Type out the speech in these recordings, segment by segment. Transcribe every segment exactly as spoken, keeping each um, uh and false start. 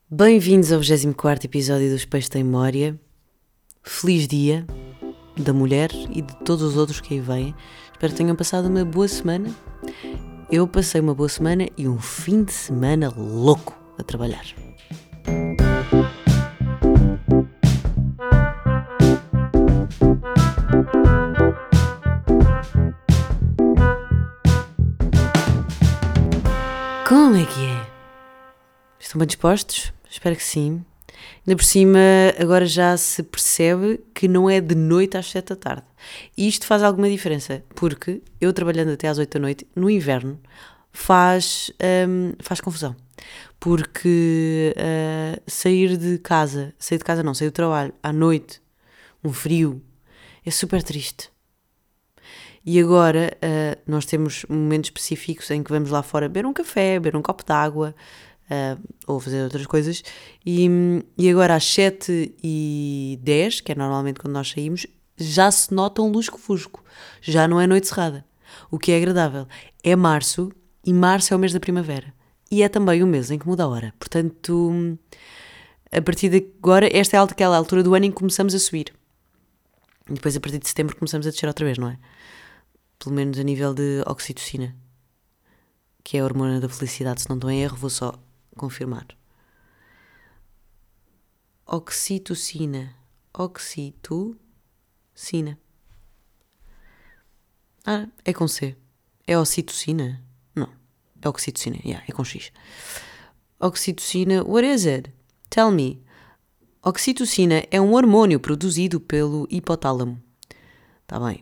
Bem-vindos ao vigésimo quarto episódio dos Peixes da Memória. Feliz dia da mulher e de todos os outros que aí vêm. Espero que tenham passado uma boa semana. Eu passei uma boa semana e um fim de semana louco a trabalhar. Como é que é? Estão bem dispostos? Espero que sim. Ainda por cima, agora já se percebe que não é de noite às sete da tarde. E isto faz alguma diferença, porque eu trabalhando até às oito da noite, no inverno, faz, hum, faz confusão. Porque uh, sair de casa, sair de casa não, sair do trabalho à noite, um frio, é super triste. E agora uh, nós temos momentos específicos em que vamos lá fora beber um café, beber um copo de água, Uh, ou fazer outras coisas, e, e agora às sete e dez, que é normalmente quando nós saímos, já se nota um lusco-fusco, já não é noite cerrada, o que é agradável. É março, e março é o mês da primavera, e é também o mês em que muda a hora, portanto, a partir de agora, esta é aquela altura do ano em que começamos a subir, e depois a partir de setembro começamos a descer outra vez, não é? Pelo menos a nível de oxitocina, que é a hormona da felicidade, se não estou em erro, vou só confirmar. Oxitocina. Oxitocina. Ah, é com C. É ocitocina? Não. É oxitocina. Yeah, é com X. Oxitocina. What is it? Tell me. Oxitocina é um hormônio produzido pelo hipotálamo. Tá bem.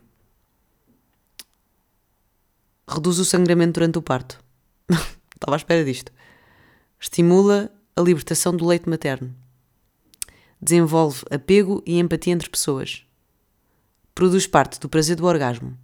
Reduz o sangramento durante o parto. Estava à espera disto. Estimula a libertação do leite materno. Desenvolve apego e empatia entre pessoas. Produz parte do prazer do orgasmo.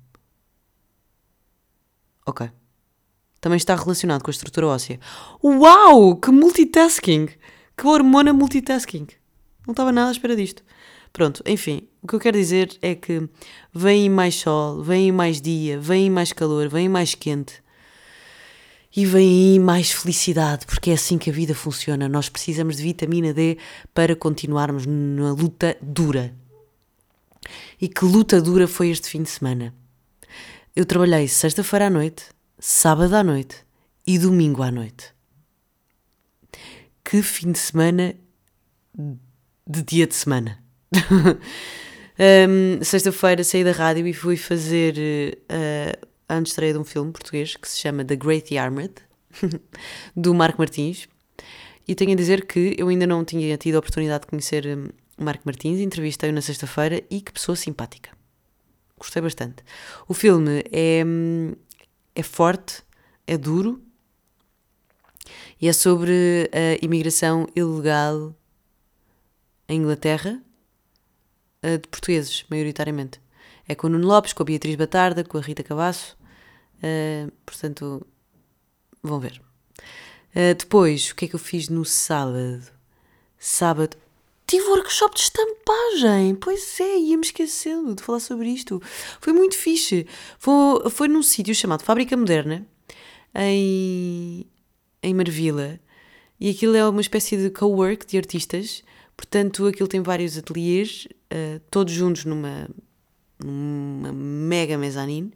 Ok. Também está relacionado com a estrutura óssea. Uau! Que multitasking! Que hormona multitasking! Não estava nada à espera disto. Pronto, enfim. O que eu quero dizer é que vem mais sol, vem mais dia, vem mais calor, vem mais quente. E vem aí mais felicidade, porque é assim que a vida funciona. Nós precisamos de vitamina D para continuarmos na luta dura. E que luta dura foi este fim de semana? Eu trabalhei sexta-feira à noite, sábado à noite e domingo à noite. Que fim de semana de dia de semana. um, sexta-feira saí da rádio e fui fazer... Uh, a estreia de um filme português que se chama The Great Armored, do Marco Martins, e tenho a dizer que eu ainda não tinha tido a oportunidade de conhecer o Marco Martins, entrevistei-o na sexta-feira e que pessoa simpática. Gostei bastante. O filme é, é forte, é duro, e é sobre a imigração ilegal em Inglaterra, de portugueses, maioritariamente. É com o Nuno Lopes, com a Beatriz Batarda, com a Rita Cavasso. Uh, portanto, vão ver. Uh, depois, o que é que eu fiz no sábado? Sábado, tive workshop de estampagem. Pois é, ia-me esquecendo de falar sobre isto. Foi muito fixe. Foi, foi num sítio chamado Fábrica Moderna, em, em Marvila. E aquilo é uma espécie de co-work de artistas. Portanto, aquilo tem vários ateliês, uh, todos juntos numa... numa mega mezanine,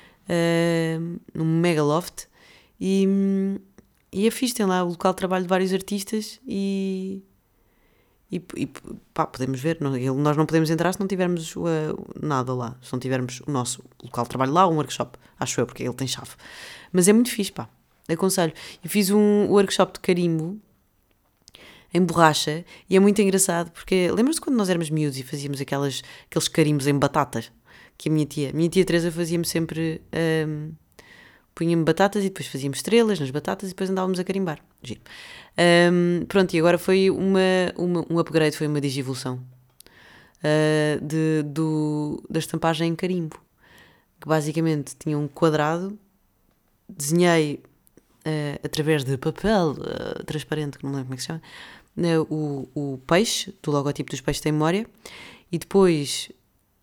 uh, num mega loft, e, e é fixe, tem lá o local de trabalho de vários artistas e, e, e pá, podemos ver, nós não podemos entrar se não tivermos uh, nada lá, se não tivermos o nosso local de trabalho lá ou um workshop, acho eu, porque ele tem chave, mas é muito fixe, pá, aconselho. Eu fiz um workshop de carimbo em borracha, e é muito engraçado, porque lembras-te quando nós éramos miúdos e fazíamos aquelas, aqueles carimbos em batatas, que a minha tia, a minha tia Teresa fazia-me sempre, um, punha-me batatas e depois fazíamos estrelas nas batatas e depois andávamos a carimbar, giro. Um, pronto, e agora foi uma, uma, um upgrade, foi uma digivolução uh, de, do, da estampagem em carimbo, que basicamente tinha um quadrado, desenhei uh, através de papel uh, transparente, que não lembro como é que se chama, O, o peixe, do logotipo dos Peixes da Memória, e depois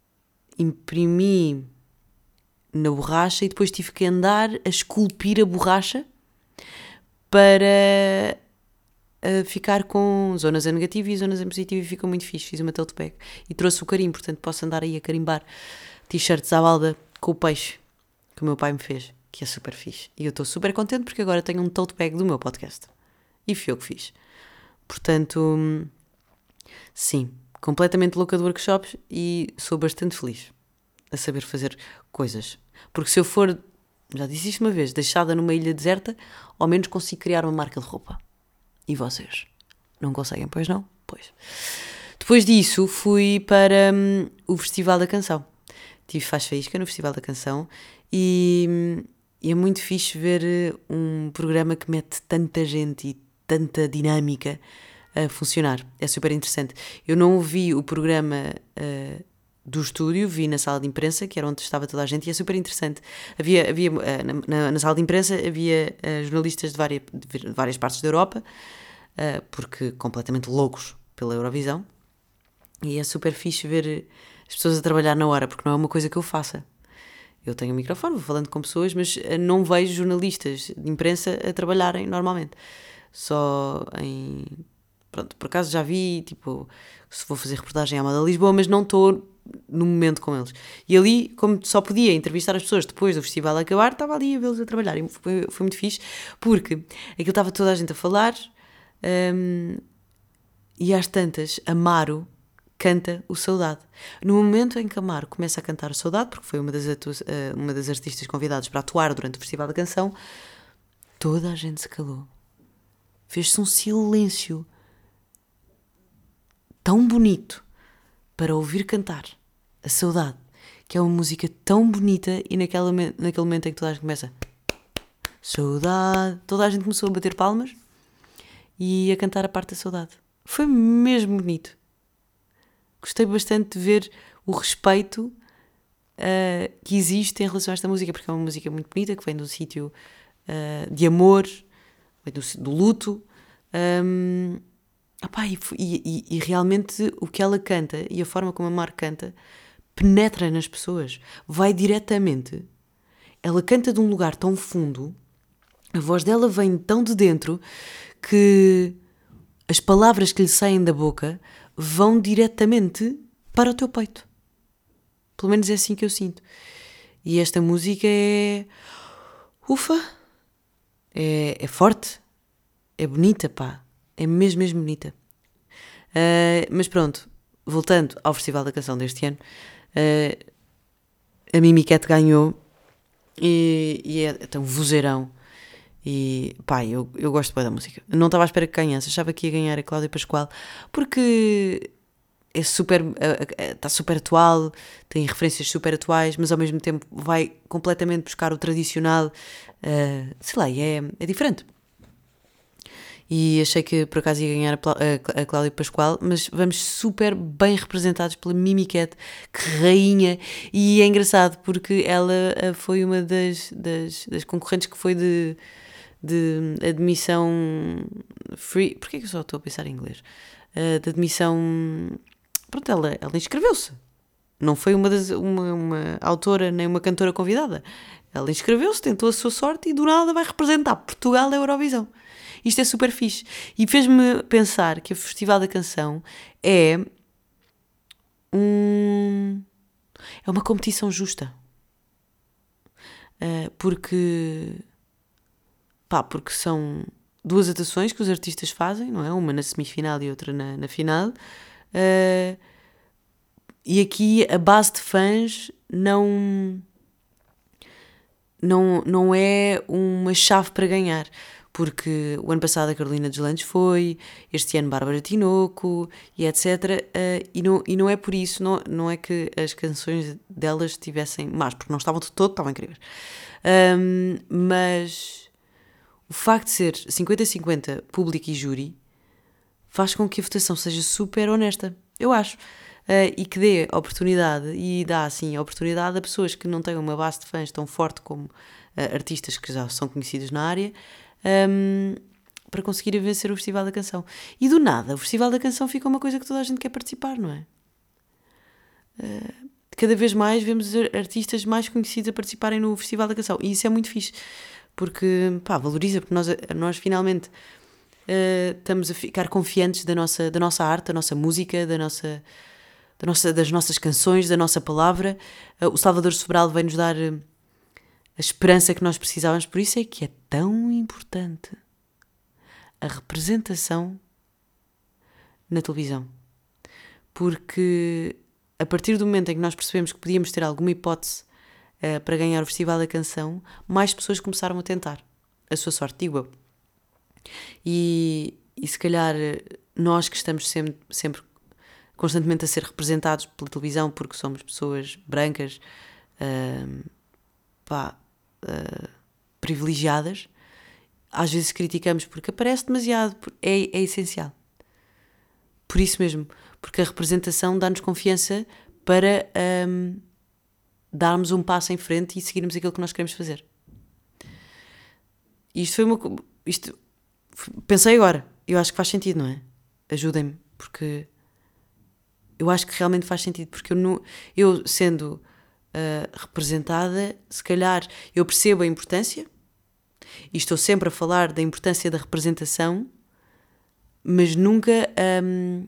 imprimi na borracha e depois tive que andar a esculpir a borracha para a ficar com zonas a negativo e zonas a positivo e ficou muito fixe. Fiz uma tote bag e trouxe o carimbo, portanto posso andar aí a carimbar t-shirts à balda com o peixe que o meu pai me fez, que é super fixe. E eu estou super contente porque agora tenho um tote bag do meu podcast. E fui eu que fiz. Portanto, sim, completamente louca de workshops e sou bastante feliz a saber fazer coisas. Porque se eu for, já disse isto uma vez, deixada numa ilha deserta, ao menos consigo criar uma marca de roupa. E vocês? Não conseguem, pois não? Pois. Depois disso, fui para hum, o Festival da Canção. Tive Faz Faísca no Festival da Canção e, hum, e é muito fixe ver um programa que mete tanta gente e tanta dinâmica a funcionar. É super interessante. Eu não vi o programa uh, do estúdio, vi na sala de imprensa, que era onde estava toda a gente, e é super interessante. Havia, havia, uh, na, na sala de imprensa havia uh, jornalistas de várias, de várias partes da Europa, uh, porque completamente loucos pela Eurovisão, e é super fixe ver as pessoas a trabalhar na hora, porque não é uma coisa que eu faça. Eu tenho um microfone, vou falando com pessoas, mas uh, não vejo jornalistas de imprensa a trabalharem normalmente. Só em... Pronto, por acaso já vi, tipo, se vou fazer reportagem à moda Lisboa, mas não estou no momento com eles. E ali, como só podia entrevistar as pessoas depois do festival acabar, estava ali a vê-los a trabalhar. E foi, foi muito fixe, porque aquilo estava toda a gente a falar, hum, e às tantas, Amaro canta o Saudade. No momento em que Amaro começa a cantar o Saudade, porque foi uma das, atu- uma das artistas convidadas para atuar durante o Festival da Canção, toda a gente se calou. Fez-se um silêncio tão bonito para ouvir cantar a Saudade, que é uma música tão bonita, e naquela, naquele momento em que toda a gente começa Saudade, toda a gente começou a bater palmas e a cantar a parte da saudade. Foi mesmo bonito. Gostei bastante de ver o respeito uh, que existe em relação a esta música, porque é uma música muito bonita, que vem de um sítio uh, de amor, vem do, do luto. Um, opá, e, e, e realmente o que ela canta e a forma como a Mar canta penetra nas pessoas, vai diretamente. Ela canta de um lugar tão fundo, a voz dela vem tão de dentro, que as palavras que lhe saem da boca vão diretamente para o teu peito. Pelo menos é assim que eu sinto. E esta música é... ufa! É, é forte. É bonita, pá. É mesmo, mesmo bonita. Uh, mas pronto, voltando ao Festival da Canção deste ano, uh, a Mimi Cat ganhou e, e é tão vozeirão. E pá, eu, eu gosto bem da música. Não estava à espera que ganhasse, achava que ia ganhar a Cláudia Pascoal, porque é super, está super atual, tem referências super atuais, mas ao mesmo tempo vai completamente buscar o tradicional, uh, sei lá, é, é diferente. E achei que por acaso ia ganhar a, a, a Cláudia Pascoal, mas vamos super bem representados pela Mimi Cat, que rainha. E é engraçado porque ela foi uma das, das, das concorrentes que foi de, de admissão free. Porquê é que eu só estou a pensar em inglês? Uh, de admissão. Pronto, ela, ela inscreveu-se. Não foi uma, das, uma, uma autora nem uma cantora convidada. Ela inscreveu-se, tentou a sua sorte e do nada vai representar Portugal na Eurovisão. Isto é super fixe. E fez-me pensar que o Festival da Canção é um... é uma competição justa. Uh, porque... pá, porque são duas atuações que os artistas fazem, não é? Uma na semifinal e outra na, na final. Uh, e aqui a base de fãs não... não, não é uma chave para ganhar. Porque o ano passado a Carolina Deslandes foi, este ano Bárbara Tinoco e etcétera. Uh, e, não, e não é por isso, não, não é que as canções delas tivessem más, porque não estavam de todo, estavam incríveis. Um, mas o facto de ser cinquenta a cinquenta público e júri faz com que a votação seja super honesta, eu acho. Uh, e que dê oportunidade, e dá assim oportunidade a pessoas que não têm uma base de fãs tão forte como uh, artistas que já são conhecidos na área, Um, para conseguirem vencer o Festival da Canção. E do nada, o Festival da Canção fica uma coisa que toda a gente quer participar, não é? Uh, cada vez mais vemos artistas mais conhecidos a participarem no Festival da Canção. E isso é muito fixe, porque pá, valoriza, porque nós, nós finalmente uh, estamos a ficar confiantes da nossa, da nossa arte, da nossa música, da nossa, da nossa, das nossas canções, da nossa palavra. Uh, o Salvador Sobral vem-nos dar uh, a esperança que nós precisávamos. Por isso é que é tão importante a representação na televisão. Porque a partir do momento em que nós percebemos que podíamos ter alguma hipótese uh, para ganhar o Festival da Canção, mais pessoas começaram a tentar a sua sorte, digo eu. E, e se calhar nós que estamos sempre, sempre constantemente a ser representados pela televisão porque somos pessoas brancas, uh, pá, uh, privilegiadas, às vezes criticamos porque aparece demasiado, é, é essencial. Por isso mesmo, porque a representação dá-nos confiança para um, darmos um passo em frente e seguirmos aquilo que nós queremos fazer. Isto foi uma... Isto, pensei agora, eu acho que faz sentido, não é? Ajudem-me, porque eu acho que realmente faz sentido, porque eu, não, eu sendo uh, representada, se calhar eu percebo a importância e estou sempre a falar da importância da representação, mas nunca um,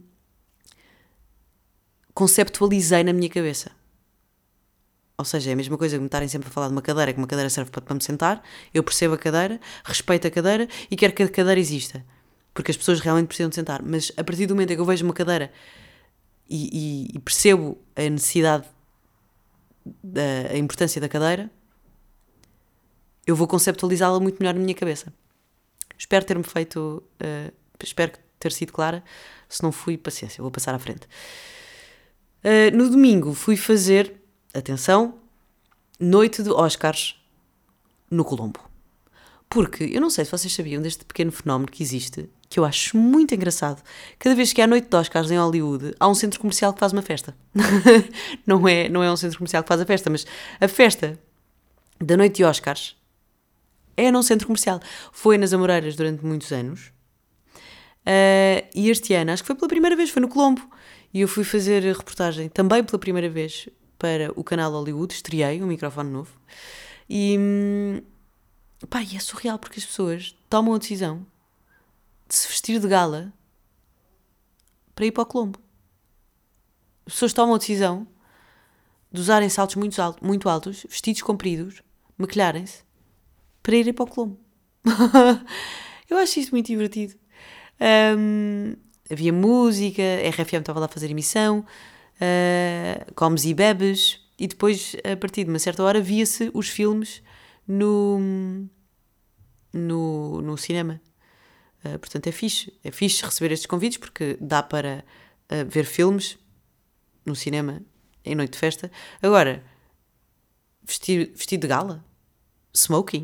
conceptualizei na minha cabeça. Ou seja, é a mesma coisa que me estarem sempre a falar de uma cadeira, que uma cadeira serve para, para me sentar, eu percebo a cadeira, respeito a cadeira e quero que a cadeira exista, porque as pessoas realmente precisam de sentar, mas a partir do momento em que eu vejo uma cadeira e, e, e percebo a necessidade, da, a importância da cadeira, eu vou conceptualizá-la muito melhor na minha cabeça. Espero ter-me feito, uh, espero ter sido clara, se não fui, paciência, vou passar à frente. Uh, no domingo fui fazer... Atenção, noite de Oscars no Colombo. Porque, eu não sei se vocês sabiam deste pequeno fenómeno que existe, que eu acho muito engraçado. Cada vez que há noite de Oscars em Hollywood, há um centro comercial que faz uma festa. não, é, não é um centro comercial que faz a festa, mas a festa da noite de Oscars é num centro comercial. Foi nas Amoreiras durante muitos anos. Uh, e este ano, acho que foi pela primeira vez, foi no Colombo. E eu fui fazer a reportagem também pela primeira vez para o canal Hollywood, estreiei um microfone novo e, pá, e é surreal porque as pessoas tomam a decisão de se vestir de gala para ir para o Colombo. As pessoas tomam a decisão de usarem saltos muito, alto, muito altos, vestidos compridos, maquilharem-se para irem para o Colombo. Eu acho isto muito divertido. Um, havia música, a R F M estava lá a fazer emissão, Uh, comes e bebes, e depois, a partir de uma certa hora, via-se os filmes no, no, no cinema. Uh, portanto, é fixe. É fixe receber estes convites, porque dá para uh, ver filmes no cinema em noite de festa. Agora, vestir, vestido de gala, smoking,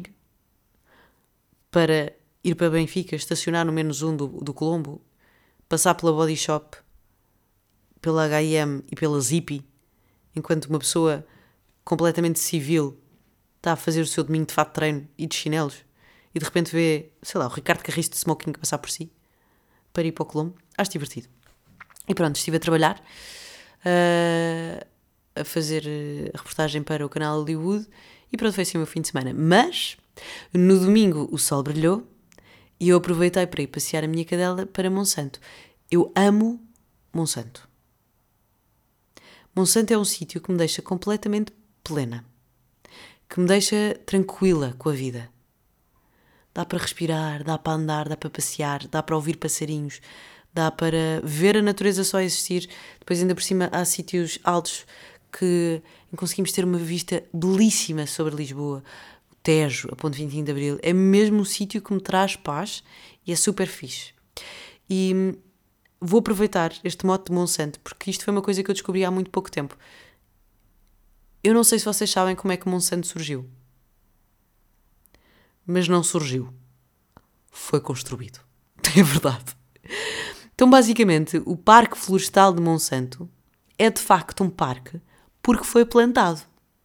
para ir para Benfica, estacionar no menos um do, do Colombo, passar pela Body Shop, pela H e M e pela Zippy, enquanto uma pessoa completamente civil está a fazer o seu domingo de fato de treino e de chinelos e de repente vê, sei lá, o Ricardo Carriço de smoking a passar por si para ir para o Colombo. Acho divertido. E pronto, estive a trabalhar uh, a fazer a reportagem para o canal Hollywood e pronto, foi assim o meu fim de semana. Mas no domingo o sol brilhou e eu aproveitei para ir passear a minha cadela para Monsanto. Eu amo Monsanto. Monsanto é um sítio que me deixa completamente plena, que me deixa tranquila com a vida. Dá para respirar, dá para andar, dá para passear, dá para ouvir passarinhos, dá para ver a natureza só existir. Depois ainda por cima há sítios altos que conseguimos ter uma vista belíssima sobre Lisboa, o Tejo, a Ponte vinte e cinco de Abril. É mesmo um sítio que me traz paz e é super fixe. E vou aproveitar este mote de Monsanto, porque isto foi uma coisa que eu descobri há muito pouco tempo. Eu não sei se vocês sabem como é que Monsanto surgiu. Mas não surgiu. Foi construído. É verdade. Então, basicamente, o Parque Florestal de Monsanto é de facto um parque porque foi plantado.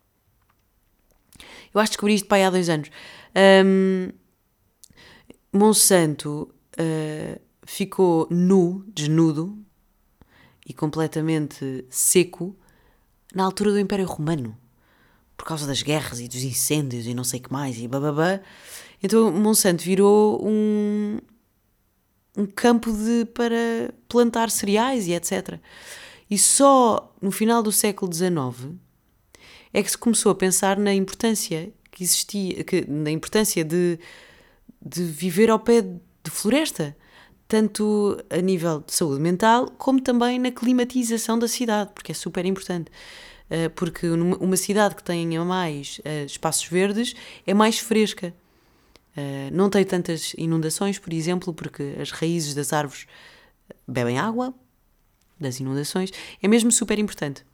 Eu acho que descobri isto para aí há dois anos. Um, Monsanto... Uh, ficou nu, desnudo e completamente seco na altura do Império Romano, por causa das guerras e dos incêndios e não sei o que mais e bababá. Então Monsanto virou um, um campo de, para plantar cereais e etcétera. E só no final do século dezenove é que se começou a pensar na importância que existia, que, na importância de, de viver ao pé de floresta, tanto a nível de saúde mental, como também na climatização da cidade, porque é super importante. Porque uma cidade que tenha mais espaços verdes é mais fresca. Não tem tantas inundações, por exemplo, porque as raízes das árvores bebem água das inundações. É mesmo super importante.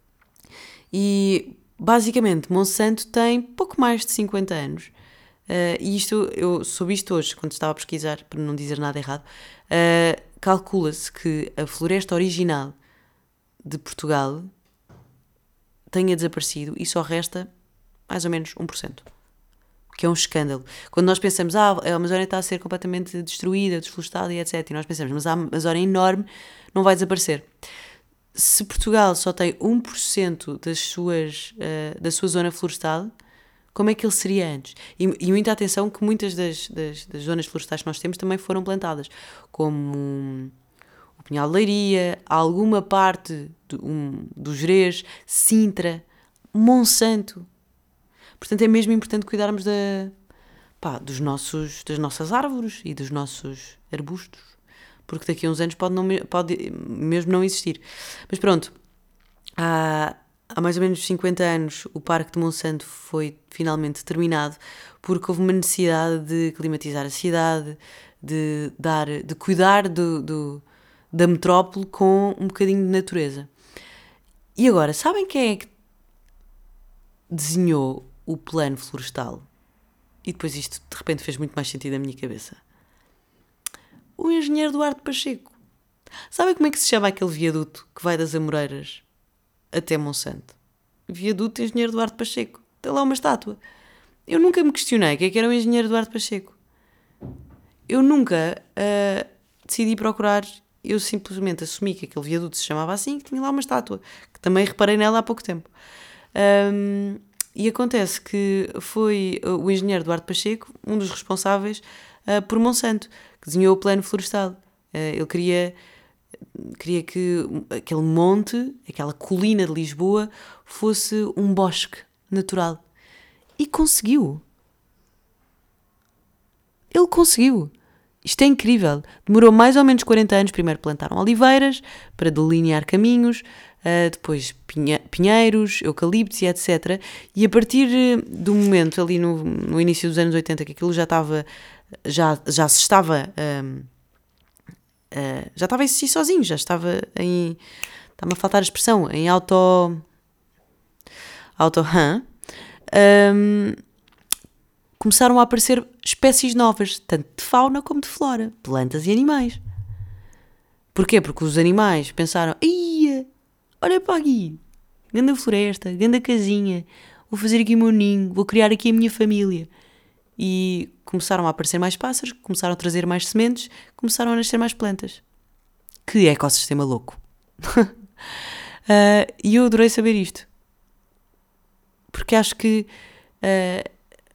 E, basicamente, Monsanto tem pouco mais de cinquenta anos. Uh, e isto, eu soube isto hoje, quando estava a pesquisar, para não dizer nada errado. Uh, calcula-se que a floresta original de Portugal tenha desaparecido e só resta mais ou menos um por cento. O que é um escândalo. Quando nós pensamos, ah, a Amazónia está a ser completamente destruída, desflorestada e etcétera. E nós pensamos, mas a Amazónia é enorme, não vai desaparecer. Se Portugal só tem um por cento das suas, uh, da sua zona florestal, como é que ele seria antes? E, e muita atenção que muitas das, das, das zonas florestais que nós temos também foram plantadas, como um, o Pinhal de Leiria, alguma parte do, um, do Gerês, Sintra, Monsanto. Portanto, é mesmo importante cuidarmos da, pá, dos nossos, das nossas árvores e dos nossos arbustos, porque daqui a uns anos pode, não, pode mesmo não existir. Mas pronto, há, há mais ou menos cinquenta anos o Parque de Monsanto foi finalmente terminado, porque houve uma necessidade de climatizar a cidade, de, dar, de cuidar do, do, da metrópole com um bocadinho de natureza. E agora, sabem quem é que desenhou o plano florestal? E depois isto de repente fez muito mais sentido na minha cabeça. O engenheiro Duarte Pacheco. Sabem como é que se chama aquele viaduto que vai das Amoreiras até Monsanto? Viaduto Engenheiro Duarte Pacheco. Tem lá uma estátua. Eu nunca me questionei o que é que era o engenheiro Duarte Pacheco. Eu nunca uh, decidi procurar. Eu simplesmente assumi que aquele viaduto se chamava assim e que tinha lá uma estátua, que também reparei nela há pouco tempo. Um, e acontece que foi o engenheiro Duarte Pacheco um dos responsáveis uh, por Monsanto, que desenhou o plano florestal. Uh, ele queria, queria que aquele monte, aquela colina de Lisboa, fosse um bosque natural. E conseguiu. Ele conseguiu. Isto é incrível. Demorou mais ou menos quarenta anos. Primeiro plantaram oliveiras para delinear caminhos, uh, depois pinhe- pinheiros, eucaliptos e etcétera. E a partir do momento, ali no, no início dos anos oitenta, que aquilo já estava, já, já se estava, um, uh, já estava a existir sozinho, já estava em, está-me a faltar a expressão, em auto, auto-hã, um, começaram a aparecer espécies novas, tanto de fauna como de flora, plantas e animais. Porquê? Porque os animais pensaram, ia, olha para aqui, grande floresta, grande casinha, vou fazer aqui o meu ninho, vou criar aqui a minha família. E começaram a aparecer mais pássaros, começaram a trazer mais sementes, começaram a nascer mais plantas. Que ecossistema louco! uh, e eu adorei saber isto. Porque acho que uh,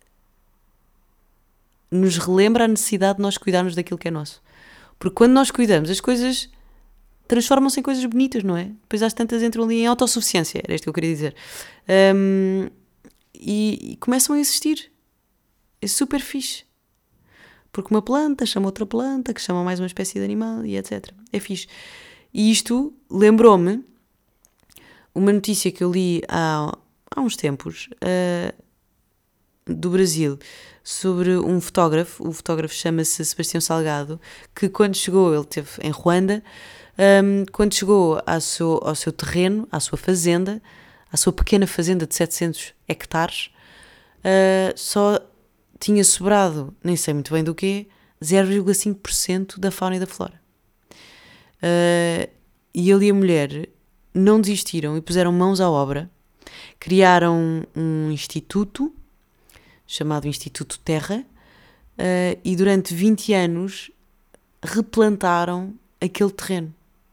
nos relembra a necessidade de nós cuidarmos daquilo que é nosso. Porque quando nós cuidamos, as coisas transformam-se em coisas bonitas, não é? Depois às tantas entram ali em autossuficiência, era isto que eu queria dizer. Um, e, e começam a existir. É super fixe. Porque uma planta chama outra planta, que chama mais uma espécie de animal e etcétera. É fixe. E isto lembrou-me uma notícia que eu li há, há uns tempos, uh, do Brasil, sobre um fotógrafo. O fotógrafo chama-se Sebastião Salgado, que quando chegou, ele esteve em Ruanda, um, quando chegou ao seu, ao seu terreno, à sua fazenda, à sua pequena fazenda de setecentos hectares, uh, só tinha sobrado, nem sei muito bem do quê, zero vírgula cinco por cento da fauna e da flora. Uh, e ele e a mulher não desistiram e puseram mãos à obra, criaram um instituto chamado Instituto Terra, uh, e durante vinte anos replantaram aquele terreno.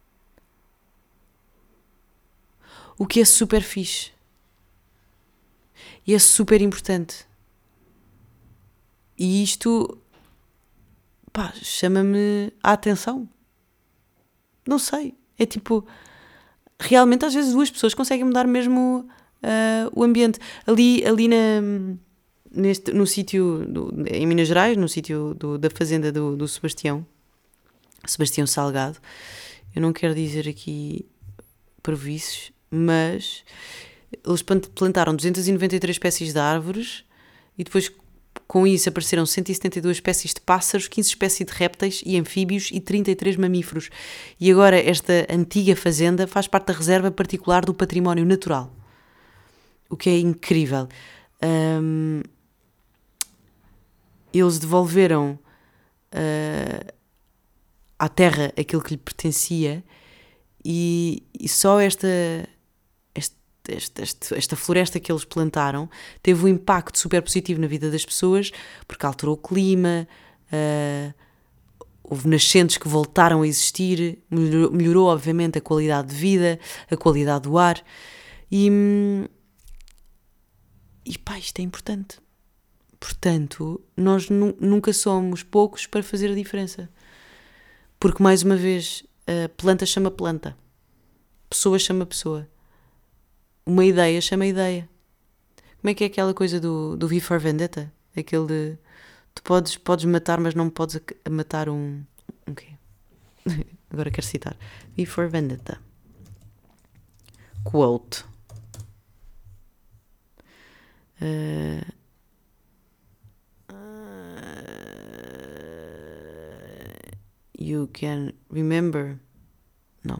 O que é super fixe. E é super importante. E isto pá, chama-me a atenção. Não sei. É tipo, realmente às vezes duas pessoas conseguem mudar mesmo uh, o ambiente. Ali, ali na, neste, no sítio, do- em Minas Gerais, no sítio do- da fazenda do, do Sebastião, Sebastião Salgado, eu não quero dizer aqui parvoíces, mas eles plant- plantaram duzentas e noventa e três espécies de árvores e depois com isso apareceram cento e setenta e duas espécies de pássaros, quinze espécies de répteis e anfíbios e trinta e três mamíferos. E agora esta antiga fazenda faz parte da reserva particular do património natural. O que é incrível. Hum, eles devolveram uh, à terra aquilo que lhe pertencia e, e só esta, este, este, este, esta floresta que eles plantaram teve um impacto super positivo na vida das pessoas porque alterou o clima, uh, houve nascentes que voltaram a existir, melhorou, melhorou obviamente a qualidade de vida, a qualidade do ar e, e pá, isto é importante. Portanto, nós nu- nunca somos poucos para fazer a diferença. Porque, mais uma vez, a planta chama planta. Pessoa chama pessoa. Uma ideia chama ideia. Como é que é aquela coisa do, do V for Vendetta? Aquele de... Tu podes, podes matar, mas não podes a- matar um... Um quê? Agora quero citar. V for Vendetta. Quote. Uh, you can remember... Não.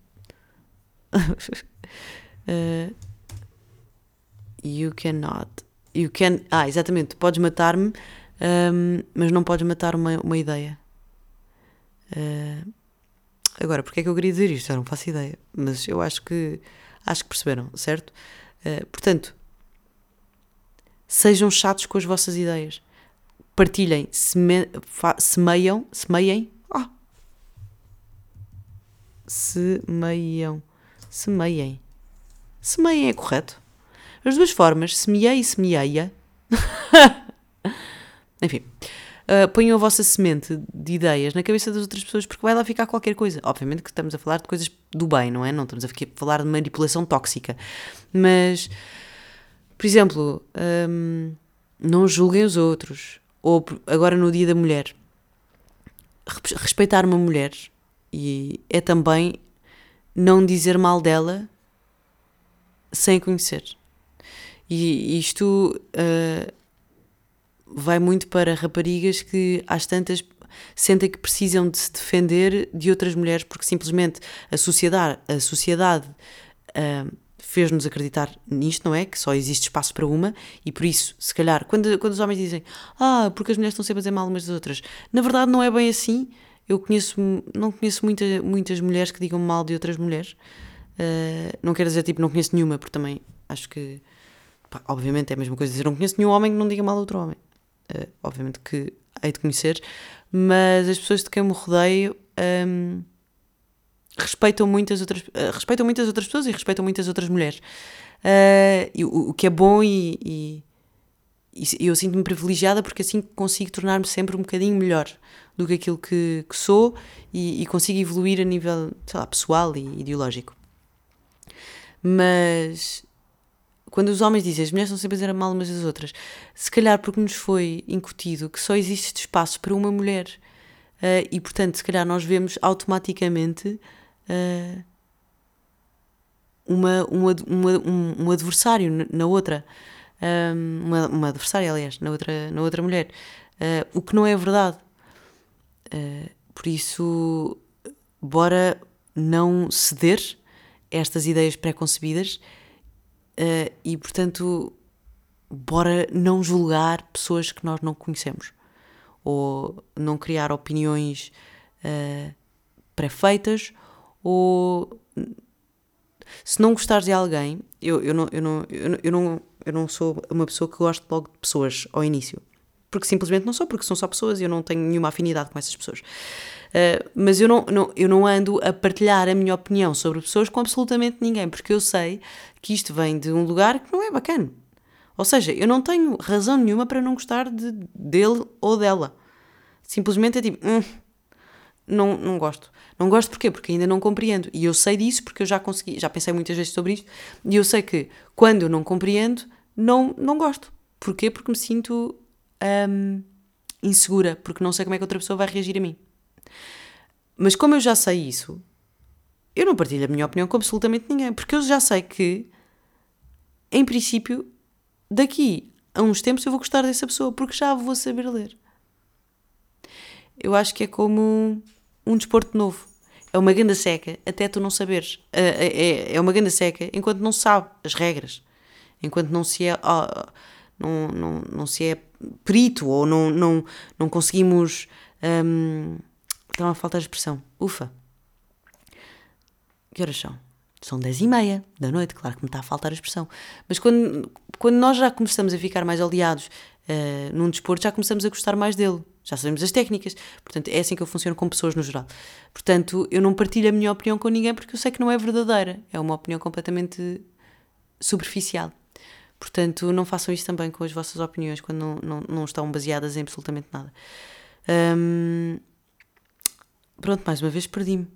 uh, you cannot. You can... Ah, exatamente. Tu podes matar-me, um, mas não podes matar uma, uma ideia. Uh, agora, porque é que eu queria dizer isto? Eu não faço ideia. Mas eu acho que acho que perceberam, certo? Uh, portanto, sejam chatos com as vossas ideias. Partilhem, seme, fa, semeiam, semeiem. Oh. Semeiam. Semeiem. Semeiem é correto? As duas formas, semeei e semeia. Enfim, uh, ponham a vossa semente de ideias na cabeça das outras pessoas porque vai lá ficar qualquer coisa. Obviamente que estamos a falar de coisas do bem, não é? Não estamos a falar de manipulação tóxica. Mas, por exemplo, um, não julguem os outros. Ou agora no Dia da Mulher, respeitar uma mulher e é também não dizer mal dela sem conhecer. E isto uh, vai muito para raparigas que às tantas sentem que precisam de se defender de outras mulheres porque simplesmente a sociedade, a sociedade uh, fez-nos acreditar nisto, não é? Que só existe espaço para uma e por isso, se calhar, quando, quando os homens dizem ah, porque as mulheres estão sempre a dizer mal umas das outras, na verdade não é bem assim. Eu conheço, não conheço muita, muitas mulheres que digam mal de outras mulheres. Uh, não quero dizer, tipo, não conheço nenhuma, porque também acho que pá, obviamente é a mesma coisa dizer não conheço nenhum homem que não diga mal a outro homem. Uh, obviamente que hei de conhecer, mas as pessoas de quem me rodeio um, respeitam, muitas outras, uh, respeitam muitas outras pessoas e respeitam muitas outras mulheres. Uh, e, o, o que é bom e, e, e eu sinto-me privilegiada porque assim consigo tornar-me sempre um bocadinho melhor do que aquilo que, que sou e, e consigo evoluir a nível, sei lá, pessoal e ideológico. Mas quando os homens dizem as mulheres estão sempre a dizer mal umas das outras, se calhar porque nos foi incutido que só existe espaço para uma mulher uh, e portanto se calhar nós vemos automaticamente uh, uma, uma, uma, um, um adversário na outra, um, uma, uma adversária aliás, na outra, na outra mulher, uh, o que não é verdade. Uh, por isso, bora não ceder a estas ideias pré-concebidas uh, e, portanto, bora não julgar pessoas que nós não conhecemos ou não criar opiniões uh, pré-feitas ou se não gostares de alguém, eu, eu, não, eu, não, eu, não, eu, não, eu não sou uma pessoa que gosta logo de pessoas ao início. Porque simplesmente não sou, porque são só pessoas e eu não tenho nenhuma afinidade com essas pessoas. Uh, mas eu não, não, eu não ando a partilhar a minha opinião sobre pessoas com absolutamente ninguém, porque eu sei que isto vem de um lugar que não é bacana. Ou seja, eu não tenho razão nenhuma para não gostar de, dele ou dela. Simplesmente é tipo, hum, não, não gosto. Não gosto porquê? Porque ainda não compreendo. E eu sei disso porque eu já consegui, já pensei muitas vezes sobre isto, e eu sei que quando eu não compreendo, não, não gosto. Porquê? Porque me sinto hum, insegura, porque não sei como é que outra pessoa vai reagir a mim. Mas como eu já sei isso, eu não partilho a minha opinião com absolutamente ninguém, porque eu já sei que, em princípio, daqui a uns tempos eu vou gostar dessa pessoa, porque já vou saber ler. Eu acho que é como um desporto novo. É uma ganda seca até tu não saberes. É, é, é uma ganda seca enquanto não se sabe as regras. Enquanto não se é, oh, não, não, não se é perito ou não, não, não conseguimos... Hum, está a faltar a expressão. Ufa. Que horas são? São dez e meia da noite, claro que me está a faltar a expressão. Mas quando, quando nós já começamos a ficar mais aliados uh, num desporto, já começamos a gostar mais dele. Já sabemos as técnicas. Portanto, é assim que eu funciono com pessoas no geral. Portanto, eu não partilho a minha opinião com ninguém porque eu sei que não é verdadeira. É uma opinião completamente superficial. Portanto, não façam isso também com as vossas opiniões quando não, não, não estão baseadas em absolutamente nada. Hum, pronto, mais uma vez perdi-me.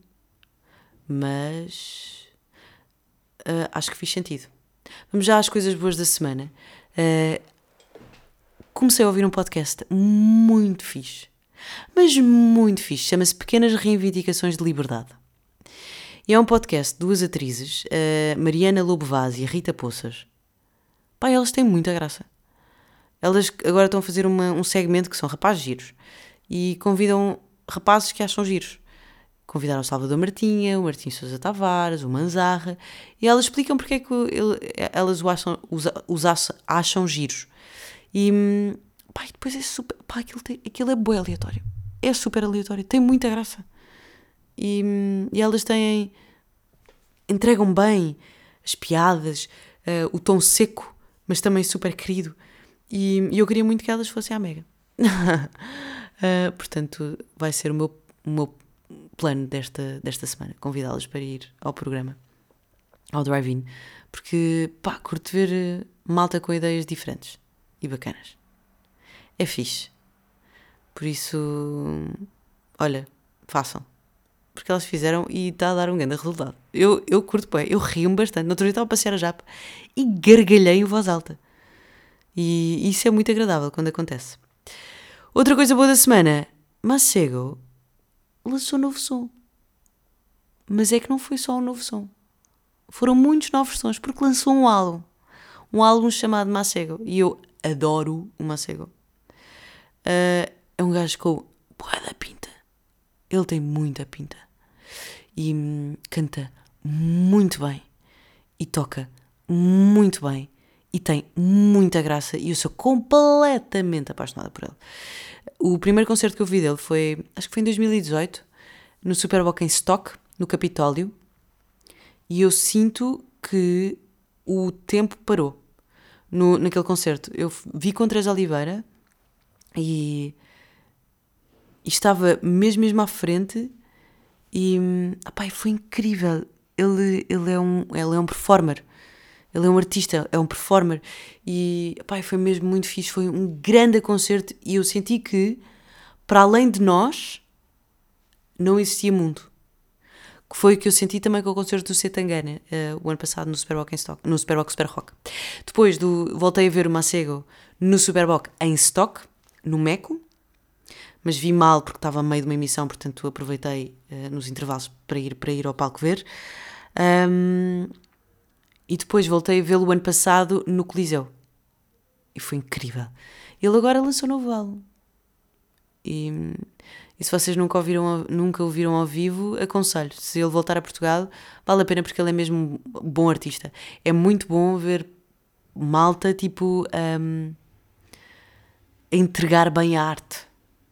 Mas uh, acho que fiz sentido. Vamos já às coisas boas da semana. Uh, comecei a ouvir um podcast muito fixe, mas muito fixe. Chama-se Pequenas Reivindicações de Liberdade. E é um podcast de duas atrizes, uh, Mariana Lobo Vaz e a Rita Poças. Pá, elas têm muita graça. Elas agora estão a fazer uma, um segmento que são rapazes giros e convidam rapazes que acham giros. Convidaram o Salvador Martinha, o Martim Sousa Tavares, o Manzarra, e elas explicam porque é que ele, elas o acham, os, os acham giros. E, pá, e depois é super... Pá, aquilo, tem, aquilo é bué aleatório. É super aleatório. Tem muita graça. E, e elas têm... Entregam bem as piadas, uh, o tom seco, mas também super querido. E, e eu queria muito que elas fossem à Mega. uh, portanto, vai ser o meu... O meu plano desta, desta semana, convidá-las para ir ao programa, ao drive-in, porque, pá, curto ver malta com ideias diferentes e bacanas. É fixe. Por isso, olha, façam. Porque elas fizeram e está a dar um grande resultado. Eu, eu curto bem, eu rio-me bastante. No outro dia estava a passear a japa e gargalhei em voz alta. E isso é muito agradável quando acontece. Outra coisa boa da semana, Masego lançou um novo som. Mas é que não foi só um novo som. Foram muitos novos sons, porque lançou um álbum. Um álbum chamado Masego. E eu adoro o Masego. Uh, é um gajo com boa da pinta. Ele tem muita pinta. E hum, canta muito bem. E toca muito bem. E tem muita graça. E eu sou completamente apaixonada por ele. O primeiro concerto que eu vi dele foi, acho que foi em dois mil e dezoito, no Superboc em Stock, no Capitólio, e eu sinto que o tempo parou no, naquele concerto. Eu vi com Teresa Oliveira e, e estava mesmo, mesmo à frente e apá, foi incrível. Ele, ele, é um, ele é um performer. Ele é um artista, é um performer e pá, foi mesmo muito fixe, foi um grande concerto e eu senti que, para além de nós, não existia mundo. Que foi o que eu senti também com o concerto do Setangana, uh, o ano passado no Superboc em Stock, no Superboc Super Rock. Depois do, voltei a ver o Masego no Superboc em Stock, no Meco, mas vi mal porque estava a meio de uma emissão, portanto aproveitei uh, nos intervalos para ir, para ir ao palco ver. Um, E depois voltei a vê-lo o ano passado no Coliseu. E foi incrível. Ele agora lançou um novo álbum. E, e se vocês nunca, ouviram, nunca o viram ao vivo, aconselho. Se ele voltar a Portugal, vale a pena porque ele é mesmo um bom artista. É muito bom ver malta, tipo, um, a entregar bem a arte.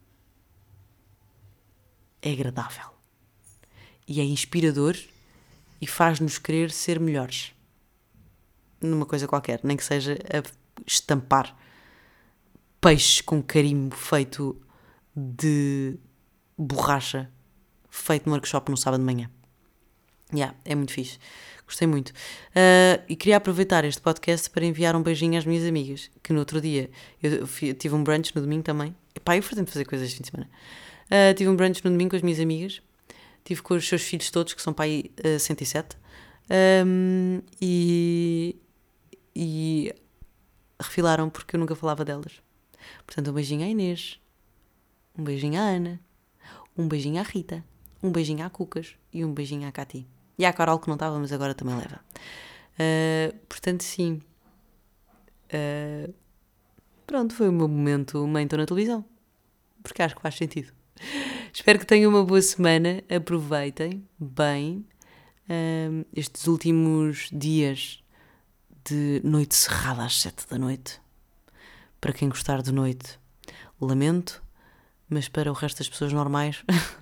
É agradável. E é inspirador e faz-nos querer ser melhores. Numa coisa qualquer, nem que seja a estampar peixes com carimbo feito de borracha, feito no workshop no sábado de manhã. Yeah, é muito fixe. Gostei muito. Uh, e queria aproveitar este podcast para enviar um beijinho às minhas amigas, que no outro dia, eu, eu tive um brunch no domingo também, Pá, eu pretendo fazer coisas este fim de semana. Uh, tive um brunch no domingo com as minhas amigas. Tive com os seus filhos todos, que são para aí uh, cento e sete. Um, e, e refilaram porque eu nunca falava delas. Portanto, um beijinho à Inês, um beijinho à Ana, um beijinho à Rita, um beijinho à Cucas e um beijinho à Cati. E à Carol, que não estava, mas agora também leva. Uh, portanto, sim. Uh, pronto, foi o meu momento mãe, estou na televisão. Porque acho que faz sentido. Espero que tenham uma boa semana. Aproveitem bem um, estes últimos dias de noite cerrada às sete da noite. Para quem gostar de noite, lamento. Mas para o resto das pessoas normais,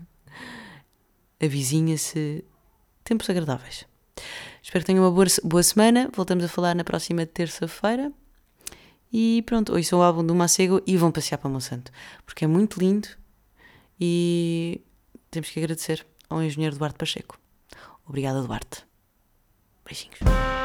avizinha-se tempos agradáveis. Espero que tenham uma boa, boa semana. Voltamos a falar na próxima terça-feira. E pronto, ouçam o álbum do Macego e vão passear para Monsanto. Porque é muito lindo e temos que agradecer ao engenheiro Duarte Pacheco. Obrigada, Duarte. Beijinhos.